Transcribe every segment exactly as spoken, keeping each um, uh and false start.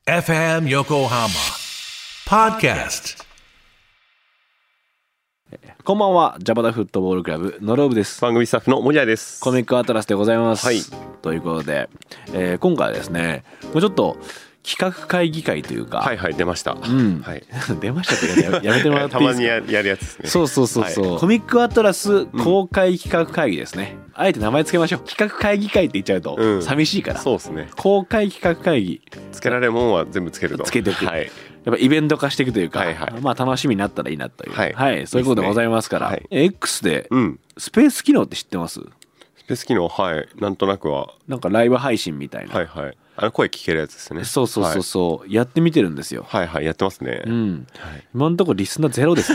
エフエム Yokohama Podcast。 こんばんは、ジャパダフットボールクラブのロブです。 番組スタッフの森谷です。 コミックアトラスでございます。 はい。 ということで、えー、今回はですね、もうちょっと企画会議会というか、 はいはい出ました。 うん、 はい。 出ましたっていうか、やめてもらっていいですか。 たまに や, やるやつですね。 そうそうそうそう、はい、コミックアトラス公開企画会議ですね。うん、あえて名前つけましょう。企画会議会って言っちゃうと寂しいから。うん、 そうですね。 公開企画会議。 つけられるもんは全部つけると。 つけておく。 はい。 やっぱイベント化していくというか、 はいはい、 まあ楽しみになったらいいなという、 はい、 はい、そういうことでございますから、 はい、 X でスペース機能って知ってます？ スペース機能、はい、なんとなくは。 なんかライブ配信みたいな。 はいはい。あの声聞けるやつですね。 そうそうそうそう、はい、やってみてるんですよ。 はいはい、やってますね。 うん。はい、今のところリスナーゼロです。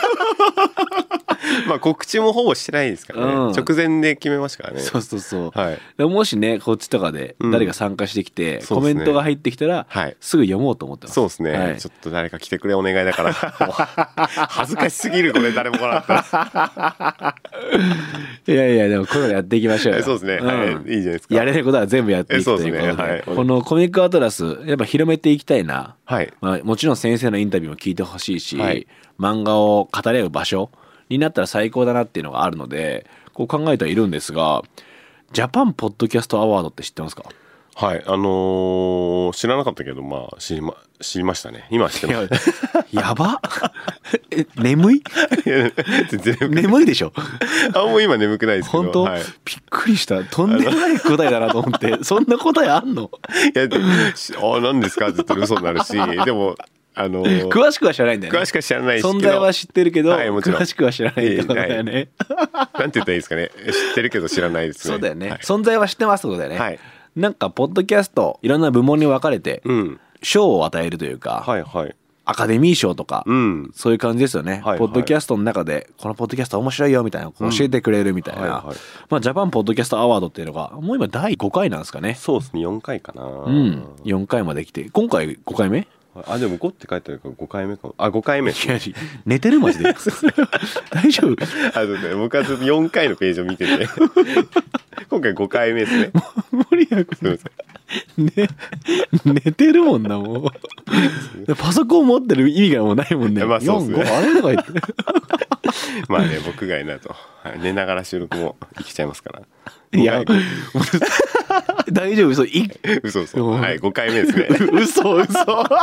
まあ告知もほぼしてないですからね、うん、直前で決めましたからね。 そうそうそう、 はい、 でもしねこっちとかで誰か参加してきて、うん、コメントが入ってきたら、はい、すぐ読もうと思ってます。 そうですね、はい、ちょっと誰か来てくれお願いだから恥ずかしすぎるこれ誰も来なかったいやいやでもこれをやっていきましょうよ。 そうですね、うん、はい、いいじゃないですか。 やれることは全部やっていくということで、ね、はい、このコミックアトラスやっぱ広めていきたいな、はい、まあ、もちろん先生のインタビューも聞いてほしいし、はい、漫画を語れる場所になったら最高だなっていうのがあるのでこう考えてはいるんですが、ジャパンポッドキャストアワードって知ってますか？ はい、あのー、知らなかったけどまあ知りま知りましたね。今は知ってます。 やばえ眠い眠いでしょ。 あもう今眠くないですけど。 本当、はい、びっくりした。とんでもない答えだなと思ってそんな答えあんの？いやあ何ですかって言ったら嘘になるしでもあのー、 詳しくは知らないんだよね。 詳しくは知らないし存在は知ってるけど、 はい、もちろん詳しくは知らないってことだよね、 はい、なんて言ったらいいですかね。知ってるけど知らないですね。 そうだよね、 はい、 存在は知ってますってことだよね、はい、なんかポッドキャストいろんな部門に分かれて、うん、賞を与えるというか、はいはい、アカデミー賞とか、うん、そういう感じですよね、はいはい、ポッドキャストの中でこのポッドキャスト面白いよみたいな教えてくれるみたいな、うん、はいはい、まあ、ジャパンポッドキャストアワードっていうのがもう今だいごかいなんですかね。 そうですね、よんかいかな。 うん、よんかいまで来て今回ごかいめ。 あでもごって書いてあるからごかいめかも。あごかいめ。いや寝てるマジで大丈夫？ あの、ね、僕はずっとよんかいのページを見てて今回ごかいめですね。 森谷君、ね、寝てるもんなもうパソコン持ってる意味がもうないもんね。 まあそうですね。 よん、ごあれとか言ってまあね僕がいないと、はい、寝ながら収録もできちゃいますから。 いや大丈夫？嘘い嘘嘘、はい、ごかいめですね。 嘘嘘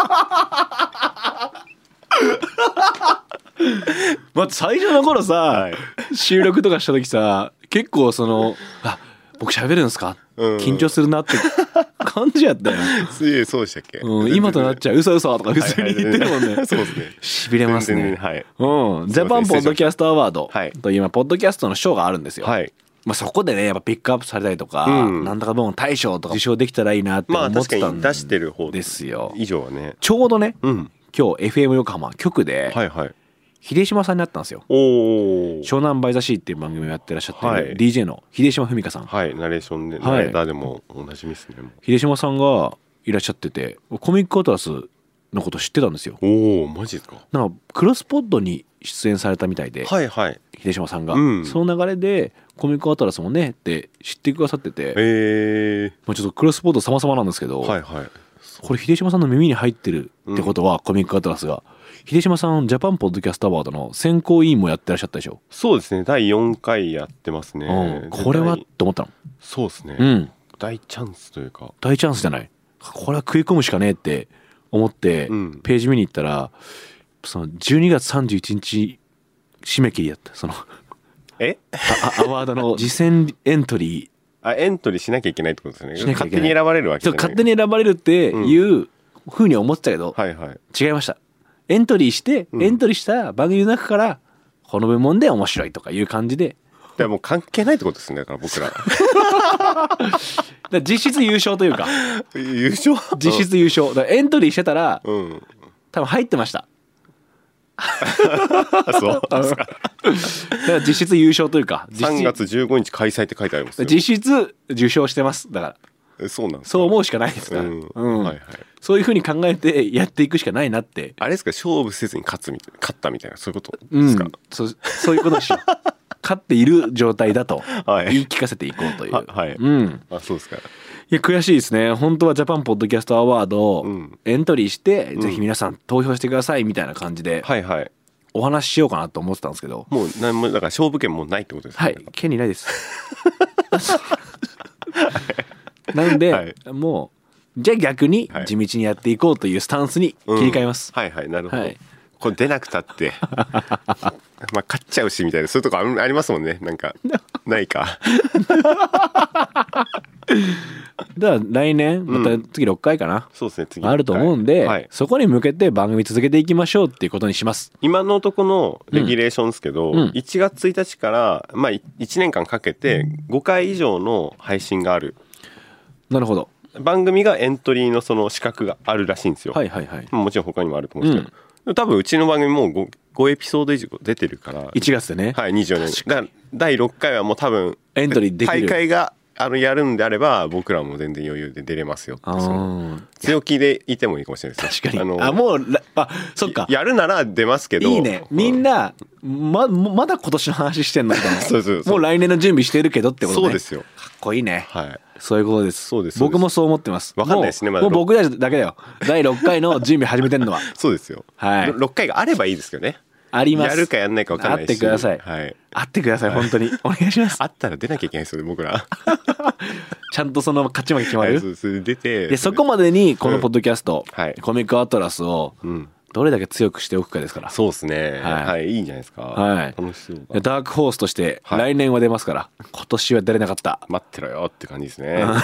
まず最初の頃さ、はい、収録とかした時さ結構そのあ僕喋るんですか、うん、緊張するなって感じやったよ。 そうでしたっけ、 うん、今となっちゃう嘘嘘とか普通に言ってるもんね、はいはい、 そうですね。 しびれますね、 はい、 うん、ジャパンポッドキャストアワードというポッドキャストの賞があるんですよ、はい、まあ、そこでねやっぱピックアップされたりとか、うん、なんだか部門大賞とか受賞できたらいいなって思ってたんですよ、まあ、確かに出してる方ですよ。以上はねちょうどね、うん、今日 エフエム 横浜局で、はいはい、秀島さんに会ったんですよ。お湘南バイザシーっていう番組をやってらっしゃってる、はい、ディージェー の秀島文香さん、 はい、ナレーションで、はい、ナレーターでもおなじみですね。 秀島さんがいらっしゃっててコミックアトラスのこと知ってたんですよ。 おおマジですか。なんかクロスポッドに出演されたみたいで、はいはい、秀島さんが、うん、その流れでコミックアトラスもねって知ってくださってて、えー、まあちょっとクロスポッド様々なんですけど、はいはい、これ秀島さんの耳に入ってるってことは、うん、コミックアトラスが秀島さんジャパンポッドキャストアワードの選考委員もやってらっしゃったでしょ。 そうですね、だいよんかいやってますね、 うん、これはと思ったの。 そうですね、うん、大チャンスというか大チャンスじゃない、これは食い込むしかねえって思って、うん、ページ見に行ったらそのじゅうにがつさんじゅういちにち締め切りやった。そのえアワードの次戦エントリー、 あエントリーしなきゃいけないってことですね。勝手に選ばれるわけじゃない。 そう勝手に選ばれるっていうふうに思ってたけど、うんはいはい、違いました。エントリーして、うん、エントリーした番組の中からこの部門で面白いとかいう感じで、 でも関係ないってことですね。だから僕らだ実質優勝というか優勝実質優勝だからエントリーしてたら、うん、多分入ってましたそうだから実質優勝というかさんがつじゅうごにち開催って書いてありますよ。 実質受賞してます。だからそうなんですか。 そう思うしかないですから、うんうんはいはい、そういうふうに考えてやっていくしかないなって。 あれですか、勝負せずに勝つみたいな、勝ったみたいなそういうことですか、 うん、そ, そういうことでしょ勝っている状態だと言い聞かせていこうという、 はいはい、 うん、 あそうですか。 いや悔しいですね。本当はジャパンポッドキャストアワードエントリーして、うん、ぜひ皆さん投票してくださいみたいな感じで、はいはい、お話ししようかなと思ってたんですけど、 もう何もだから勝負権もないってことですか、 ね、はい、権利ないですなんで、はい、もうじゃあ逆に地道にやっていこうというスタンスに切り替えます、 うん、はいはいなるほど、はい、これ出なくたってまあ勝っちゃうしみたいなそういうとこありますもんね。なんかないかだから来年また次ろっかいかな、うん、 そうですね次あると思うんで、はい、そこに向けて番組続けていきましょうっていうことにします。 今のとこのレギュレーションですけど、うん、いちがつついたちから、まあ、いちねんかんかけてごかい以上の配信がある。 なるほど。 番組がエントリーのその資格があるらしいんですよ。 はいはいはい。 もちろん他にもあると思うんですけど、うん、多分うちの番組も 5, ごエピソード以上出てるからいちがつでね、 はい、にじゅうよねんだからだいろっかいはもう多分エントリーできる大会があのやるんであれば僕らも全然余裕で出れますよって、その強気でいてもいいかもしれないです。 確かに あ, あもうあそっかや, やるなら出ますけどいいね。みんな ま, まだ今年の話してんのみたいなそうそうそうもう来年の準備してるけどってことね。 そうですよ。 かっこいいね、 はい、 そういうことです。 そうです僕もそう思ってます。 分かんないですね。 もう、まだもう僕らだけだよだいろっかいの準備始めてんのはそうですよ、はい、ろっかいがあればいいですけどね。あります。やるかやんないか分かんないし。 会ってください。 はい。 会ってください、本当に。お願いします。 あったら出なきゃいけないですよね、僕ら。 ちゃんとその勝ち負け決まる。はい、 そうそう出て。 で、そこまでにこのポッドキャスト、 うんはい、 コミックアトラスをどれだけ強くしておくかですから。 そうですね。はい、はい。いいんじゃないですか。 はい。 楽しそうだ。ダークホースとして来年は出ますから、はい、今年は出れなかった。 待ってろよって感じですね。はい、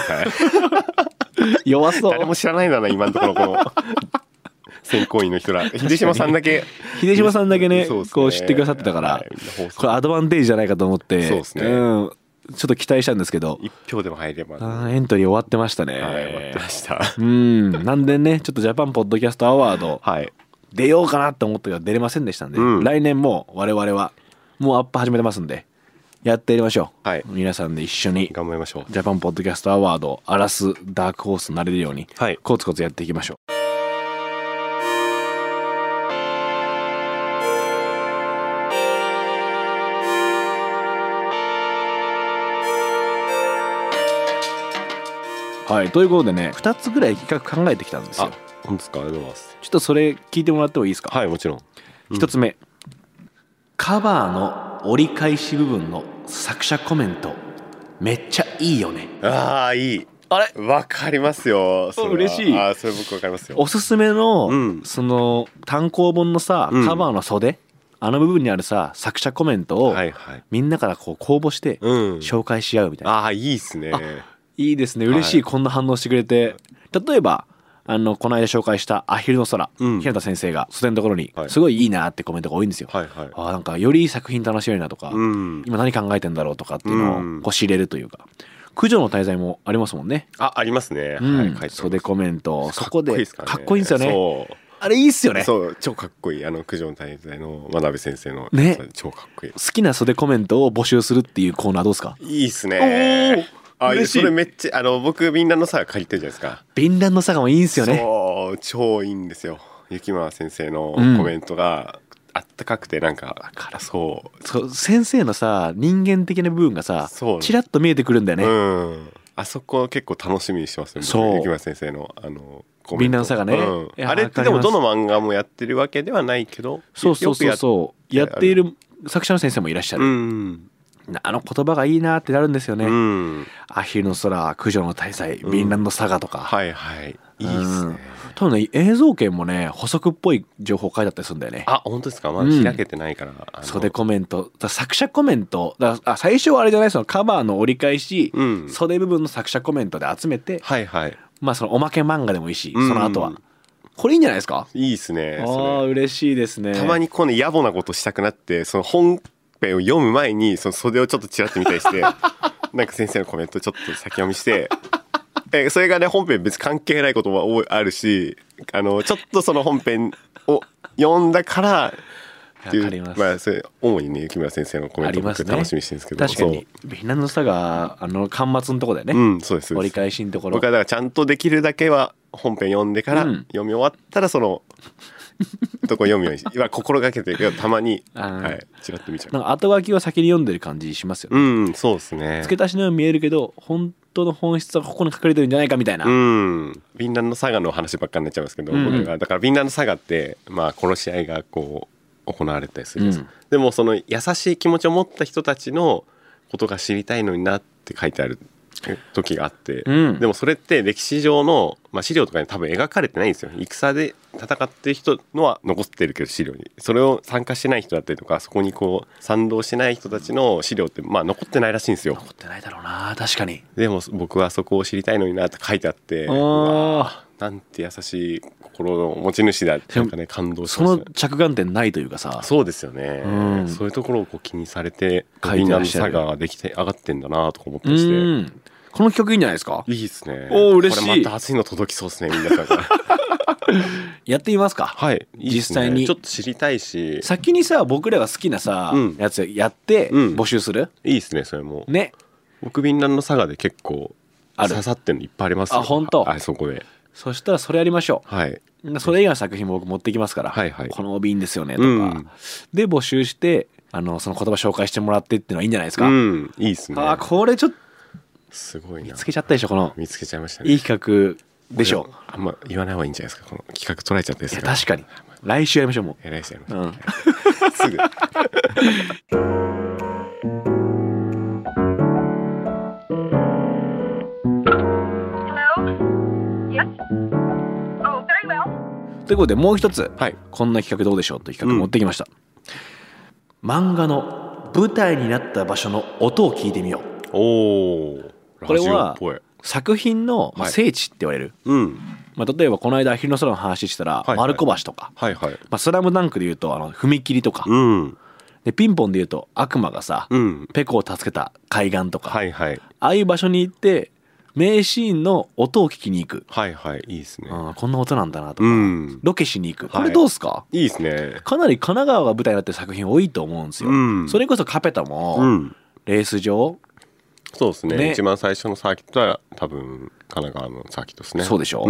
弱そう。 誰も知らないんだな、今のところこの。選考員の人ら秀島さんだけ秀島さんだけ ね, ねこう知ってくださってたから、はい、これアドバンテージじゃないかと思ってそうですね、 うん、ちょっと期待したんですけど一票でも入れば、 ね、エントリー終わってましたね。 はい終わってましたうんなんでねちょっとジャパンポッドキャストアワード、はい、出ようかなと思ったけど出れませんでしたんで、うん、来年も我々はもうアップ始めてますんでやってやりましょう、はい、皆さんで一緒に頑張りましょう。 ジャパンポッドキャストアワード荒らすダークホースになれるように、はい、コツコツやっていきましょう。はい、ということでねふたつぐらい企画考えてきたんですよ。 あ、本当ですか。ありがとうございます。 ちょっとそれ聞いてもらってもいいですか。 はいもちろん。 ひとつめ、カバーの折り返し部分の作者コメントめっちゃいいよね。 ああいい。 あれわかりますよ。それ嬉しい。 あそれ僕わかりますよ。 おすすめの、うん、その単行本のさ、うん、カバーの袖あの部分にあるさ作者コメントを、はいはい、みんなからこう公募して紹介し合うみたいな、 うん、ああいいっすね。 いいですね。嬉しい、はい、こんな反応してくれて。例えばあのこの間紹介したアヒルの空、うん、日向先生が袖のところにすごいいいなってコメントが多いんですよ、はいはい、あなんかよりいい作品楽しめるなとか、うん、今何考えてんだろうとかっていうのをこう知れるというか、九条の滞在もありますもんね。 あありますね、 うんはい、書いてます。 袖コメントそこでかっこいいんですよね。 そうあれいいっすよね。 そう超かっこいい。あの九条の滞在の真鍋先生のね超かっこいい。 好きな袖コメントを募集するっていうコーナーどうですか。 いいっすね。あそれめっちゃあの僕ビンランのサガ借りてるじゃないですか。 ビンランのサガもいいんですよね。 そう超いいんですよ。雪村先生のコメントがあったかくてなんか、 うん、からそうそう先生のさ人間的な部分がさチラッと見えてくるんだよね。 うんあそこ結構楽しみにしてますね。そう雪村先生のあのコメント。 ビンランサガね、 うん、あれってでもどの漫画もやってるわけではないけどそうそうそうそうやっている作者の先生もいらっしゃる。うんあの言葉がいいなってなるんですよね、うん、アヒルの空九条の大祭ビンランドサガとか、うん、 はいはいいいですね。 多分ね映像権もね補足っぽい情報書いてあったりするんだよね。 あ本当ですか。まだ開けてないから、 うん、袖コメントだ作者コメントだあ最初はあれじゃないそのカバーの折り返し、うん、袖部分の作者コメントで集めて、 はいはい、 まあそのおまけ漫画でもいいし、うん、その後はこれいいんじゃないですか。 いいですね。 ああ嬉しいですね。 たまにこうね野暮なことしたくなってその本を読む前にその袖をちょっとチラッと見たりしてなんか先生のコメントちょっと先読みしてえそれがね本編別に関係ないことも多いあるしあのちょっとその本編を読んだからっていう、まあそれ主にね雪村先生のコメントを僕楽しみにしてるんですけど、 確かにビンランドサガあの巻末のとこだよね。 うんそうです折り返しのところ僕はだからちゃんとできるだけは本編読んでから、うん、読み終わったらそのとこ読むようにして今心がけてるけどたまにはいちらっと見ちゃう。 なんか後書きは先に読んでる感じしますよね。 うんそうですね。 付け足しのように見えるけど本当の本質はここに書かれてるんじゃないかみたいな。 うん。ヴィンランドサガの話ばっかりになっちゃいますけど、うんうん、僕がだからヴィンランドサガってまあこの試合がこう行われたりするんです、うん、でもその優しい気持ちを持った人たちのことが知りたいのになって書いてある時があって、うん、でもそれって歴史上の、まあ、資料とかに多分描かれてないんですよ。戦で戦ってる人のは残ってるけど資料にそれを参加してない人だったりとかそこにこう賛同してない人たちの資料ってまあ残ってないらしいんですよ。 残ってないだろうな確かに。 でも僕はそこを知りたいのになって書いてあってあなんて優しい心の持ち主だってなんかね感動しました、ね、 その着眼点ないというかさ。 そうですよね、うん、そういうところをこう気にされてヴィンランドサガができて上がってんだなとか思ってして、うんこの企画いいんじゃないですか。 いいですね。 お嬉しい。 これまた熱いの届きそうですね皆さんからやってみますか。 はいいいですね、実際にちょっと知りたいし先にさ僕らが好きなさ、うん、やつやって募集する、 うん、いいですねそれもね。 僕ヴィンランドサガで結構刺さってるのいっぱいありますよ。 あ本当。 あそこでそしたらそれやりましょう。はいそれ以外の作品も僕持ってきますから、はいはい、この帯いいんですよねとか、うん、で募集してあのその言葉紹介してもらってっていうのはいいんじゃないですか。 うんいいですね。 あこれちょっとすごいな。 見つけちゃったでしょこの。 見つけちゃいましたね。 いい企画でしょ。 あんま言わない方がいいんじゃないですかこの企画捉えちゃってですか。 いや確かに来週やりましょうもう。 え来週やりましょう、うん、すぐということでもう一つ、 はい、 こんな企画どうでしょうという企画持ってきました、うん、漫画の舞台になった場所の音を聞いてみよう。 おーこれは作品の聖地って言われる、はいうんまあ、例えばこの間アヒルの空の話したら、はいはい、丸子橋とか、はいはいまあ、スラムダンクでいうとあの踏切とか、うん、でピンポンでいうと悪魔がさ、うん、ペコを助けた海岸とか、はいはい、ああいう場所に行って名シーンの音を聞きに行く。 はいはいいいですね。 あこんな音なんだなとか、うん、ロケしに行く。これどうすか、 はい、いいですね。 かなり神奈川が舞台になってる作品多いと思うんですよ、うん、それこそカペタも、うん、レース場そうですね、ね一番最初のサーキットは多分神奈川のサーキットですね。 そうでしょ、うん、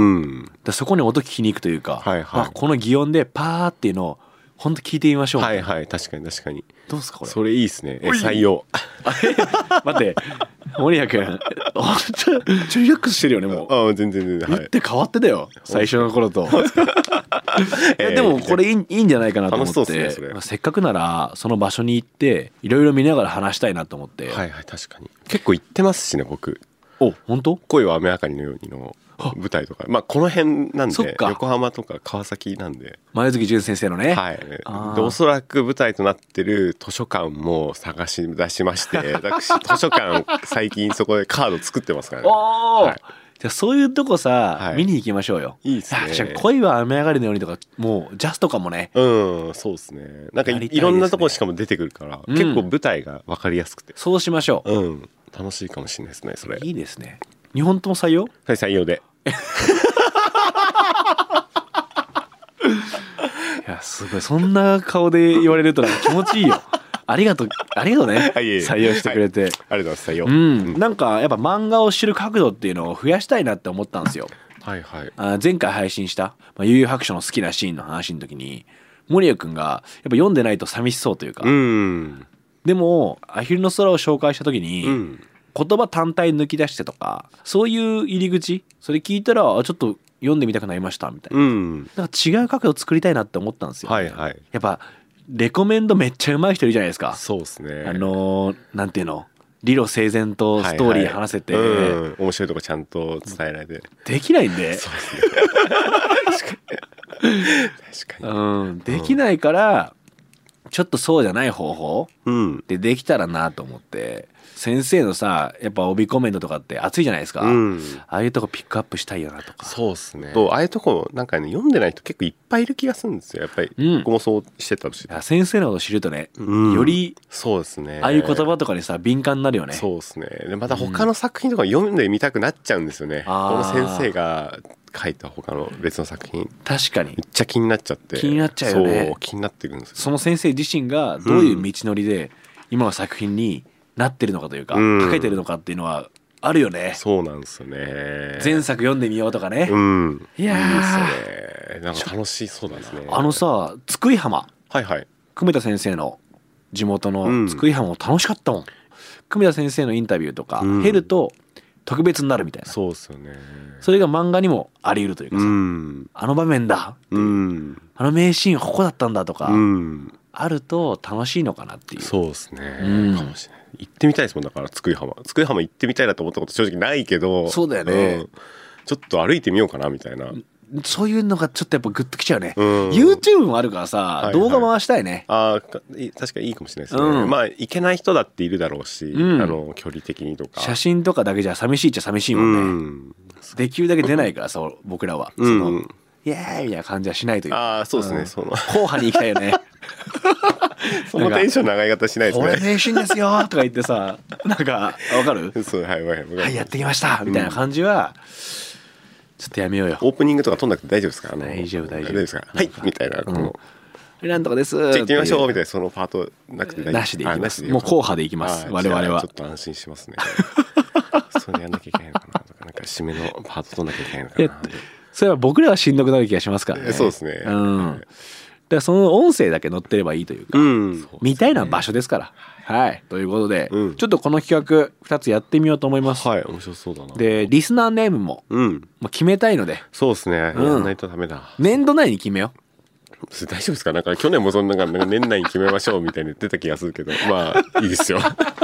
でそこに音聞きに行くというか、はいはい、この擬音でパーっていうのを本当聞いてみましょう。 はいはい確かに確かに。 どうですかこれ。 それいいですね。え採用待って森谷君ちょっとリラックスしてるよねもう。 あ全然全然、 はい、言って変わってたよ最初の頃とえー、でもこれいい、いいんじゃないかなと思って、ねまあ、せっかくならその場所に行っていろいろ見ながら話したいなと思って。 はいはい確かに結構行ってますしね僕。 お本当。 恋は雨上がりのようにの舞台とかまあこの辺なんで横浜とか川崎なんで前月淳先生のね。 はいでおそらく舞台となってる図書館も探し出しまして私図書館最近そこでカード作ってますからね。 おー、はい、じゃあそういうとこさ、はい、見に行きましょうよ。 いいですね。 恋は雨上がりのようにとかもうジャストかもね。 うんそうですね。なんか い, ねいろんなとこしかも出てくるから、うん、結構舞台が分かりやすくてそうしましょう。 うん楽しいかもしれないですねそれ。 いいですね。にほんとも採用？はい採用でいやすごいそんな顔で言われるとなんか気持ちいいよありがとうありがとうね採用してくれて、はい、 ありがとうございます採用、 うん、なんかやっぱ漫画を知る角度っていうのを増やしたいなって思ったんですよ。 はいはい。 あ前回配信した「まあ、悠々白書」の好きなシーンの話の時に森谷くんがやっぱ読んでないと寂しそうというか、うん、でもアヒルの空を紹介した時に、うん、言葉単体抜き出してとかそういう入り口それ聞いたらちょっと読んでみたくなりましたみたいな、うん、なんか違う角度作りたいなって思ったんですよ、ね、 はいはい。 やっぱレコメンドめっちゃ上手い人いるじゃないですか。 そうですね。 あのー、なんていうの理路整然とストーリー話せて、はいはいうん、 面白いとこちゃんと伝えられてできないんで。 そうですね確かに、 うん、できないから、うん、ちょっとそうじゃない方法、うん、でできたらなと思って先生のさやっぱ帯コメントとかって熱いじゃないですか、うん、ああいうとこピックアップしたいよなとか。 そうですね。とああいうとこなんかね読んでない人結構いっぱいいる気がするんですよやっぱり、うん、僕もそうしてたし先生のこと知るとね、うん、よりそうですねああいう言葉とかにさ敏感になるよね。 そうですね。でまた他の作品とか読んでみたくなっちゃうんですよね、うん、この先生が書いた他の別の作品確かにめっちゃ気になっちゃって気になっちゃうよね。 そう気になってくるんですよ。 その先生自身がどういう道のりで今の作品になってるのかというか、うん、書けてるのかっていうのはあるよね。 そうなんですよね。 前作読んでみようとかね、 うん、 いやーいいですね。 えー、なんか楽しそうですね。 あのさ津久井浜、 はいはい、 久米田先生の地元の津久井浜も楽しかったもん、うん、久米田先生のインタビューとか、うん、減ると特別になるみたいな。 そうですよね。 それが漫画にもあり得るというかさ、うん、あの場面だっていう、うん、あの名シーンここだったんだとか、うん、あると楽しいのかなっていう。 そうですね、うん、かもしれない。行ってみたいですもん。だから津久井浜津久井浜行ってみたいなと思ったこと正直ないけど。 そうだよね、うん、 ちょっと歩いてみようかなみたいな。 そういうのがちょっとやっぱグッときちゃうね、うん、YouTube もあるからさ、はいはい、動画回したいね。 ああ確かにいいかもしれないですね、うん、まあ行けない人だっているだろうし、うん、あの距離的にとか写真とかだけじゃ寂しいっちゃ寂しいもんね、うん、できるだけ出ないからさ僕らは、うん、そのイエーイみたいな感じはしないというか。 ああそうですね、うん、その後派に行きたいよねそのテンションの上がり方しないですね。 これ名シーンですよとか言ってさなんかわかるそうはいはい、 はい、やってきましたみたいな感じは、うんちょっとやめようよ。 オープニングとか撮んなくて大丈夫ですか？あの大丈夫大丈夫。 大丈夫ですか？はいみたいな、この、 うん、なんとかですじゃあ行ってみましょうみたいなそのパートなくて大丈夫。 なしでいきます。もう後派でいきます我々は。 ちょっと安心しますねそれやんなきゃいけないのかなとか、なんか締めのパート撮んなきゃいけないのかな。 それは僕らはしんどくなる気がしますからね。 そうですね、 うん、だからその音声だけ載ってればいいというか、うん、みたいな場所ですから。はい、ということで、うん、ちょっとこの企画ふたつやってみようと思います。 はい、面白そうだな。 でリスナーネームも、うん、まあ、決めたいので。 そうですね、うん、やらないとダメだ。 年度内に決めよう。大丈夫ですか？なんか去年もそんななんか年内に決めましょうみたいに言ってた気がするけどまあいいですよ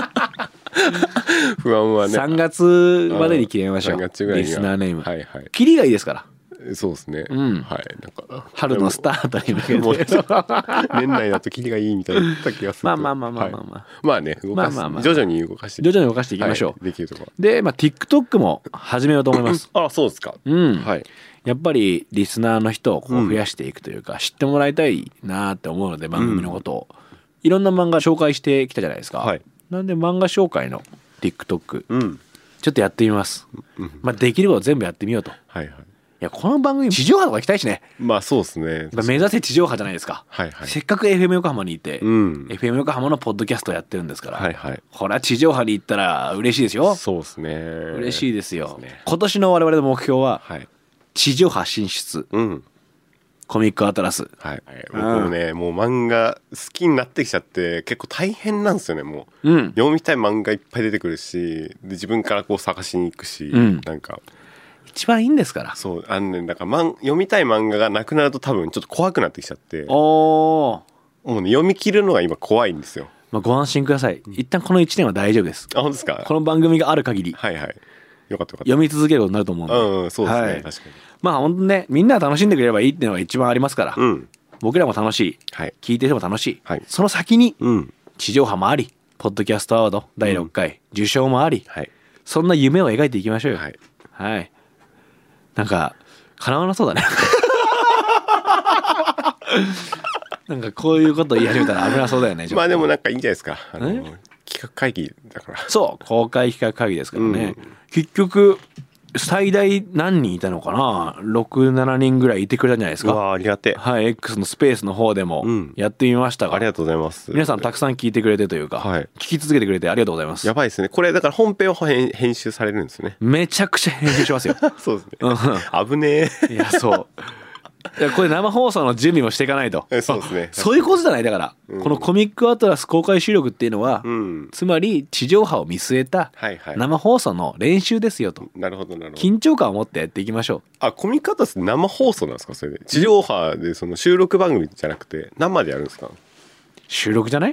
不安はねさんがつまでに決めましょう。さんがつぐらいにリスナーネーム、はいはい、キリがいいですから。 そうですね、うん、はいなんか春のスタートに向けて年内だとキリがいいみたいなった気がする。 まあまあまあまあまあまあ、はい、 まあね動かす、まあまあまあ、徐々に動かして徐々に動かしていきましょう、 はい、できるところで、まあ、TikTok も始めようと思いますあそうですか、 うんはい、やっぱりリスナーの人をこう増やしていくというか、うん、知ってもらいたいなって思うので番組のことを、うん、いろんな漫画紹介してきたじゃないですか、はい、なんで漫画紹介の TikTok、うん、ちょっとやってみます、うんまあ、できること全部やってみようと。はいはいいやこの番組地上波とか行きたいしね。 まあそうですね。 目指せ地上波じゃないですか、はいはい、せっかく エフエム 横浜にいて、うん、エフエム 横浜のポッドキャストをやってるんですから、はいはい、これは地上波に行ったら嬉しいですよ。 そうですね嬉しいですよです、ね、今年の我々の目標は、はい、地上波進出、うん、コミックアトラス、はい、 僕もね、うん、もう漫画好きになってきちゃって結構大変なんですよね。もう、うん、読みたい漫画いっぱい出てくるしで自分からこう探しに行くし、うん、なんか一番いいんですから。 そうあのねだから、ま、読みたい漫画がなくなると多分ちょっと怖くなってきちゃって、 おもうね読み切るのが今怖いんですよ。 まあ、ご安心ください。一旦このいちねんは大丈夫です。 あ本当ですか？ この番組がある限りはいはいよかったよかった読み続けることになると思うんで、 うん、そうですね、はい、確かにまあ本当ねみんなが楽しんでくれればいいっていうのが一番ありますから、うん、僕らも楽しい、はい、聞いてる人も楽しい、はい、その先に、うん、地上波もありポッドキャストアワードだいろっかい、うん、受賞もあり、はい、そんな夢を描いていきましょうよ。はい、はいなんか叶わなそうだねなんかこういうこと言い始めたら危なそうだよね。 まあでもなんかいいんじゃないですか。あの企画会議だから。 そう公開企画会議ですからね、うん、結局最大何人いたのかなろく、ななにんぐらいいてくれたんじゃないですか。 うわありがてえ。 はい X のスペースの方でもやってみましたが、 うん、ありがとうございます。 皆さんたくさん聞いてくれてというか、はい、聞き続けてくれてありがとうございます。 やばいですねこれ。だから本編を編集されるんですね。 めちゃくちゃ編集しますよそうですね、うん、危ねえいやそういやこれ生放送の準備もしていかないと。 そうですねそういうことじゃないだから、うん、このコミックアトラス公開収録っていうのは、うん、つまり地上波を見据えた生放送の練習ですよと、はいはい、 なるほどなるほど。 緊張感を持ってやっていきましょう。 あコミックアトラス生放送なんですか？それで地上波でその収録番組じゃなくて生でやるんですか？ 収録じゃない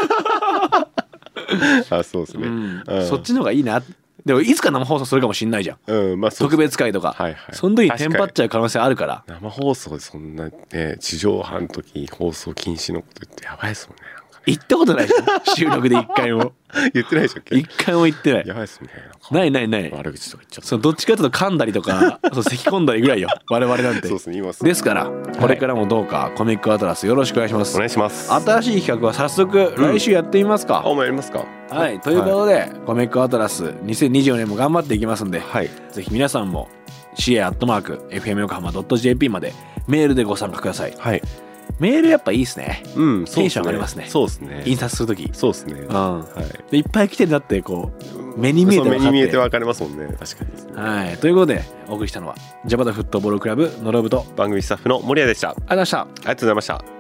あそうですね、 うんうん、そっちの方がいいな。でもいつか生放送するかもしんないじゃん、うんまあ、特別会とか、はいはい、その時にテンパっちゃう可能性あるから。 生放送でそんな、ね、地上波の時に放送禁止のこと言ってやばいですもんね。 言ったことないでしょ収録で一回も言ってないでしょ。 一回も言ってない。 やばいですね。 ないないない。 悪口とか言っちゃった。 そのどっちかというと噛んだりとかそう咳込んだりぐらいよ我々なんて。 そうですね今ですからこれからもどうかコミックアトラスよろしくお願いします。 お願いします。 新しい企画は早速来週やってみますか、 うん、あもうやりますか。 はいということで、はい、コミックアトラスにせんにじゅうよねんも頑張っていきますんで、はい、ぜひ皆さんも シーエー アットマーク エフエム 横浜 ドット ジェーピー までメールでご参加ください。はいメールやっぱいいですね。 うん、 テンション上がりますね。 そうですね。 印刷するとき。 そうですね。 うん。はい。でいっぱい来てるなってこう目に見えて分かって。 目に見えて分かりますもんね。確かにですね。 はい。ということでお送りしたのはジャパタフットボールクラブのろぶと番組スタッフの森谷でした。ありがとうございました。 ありがとうございました。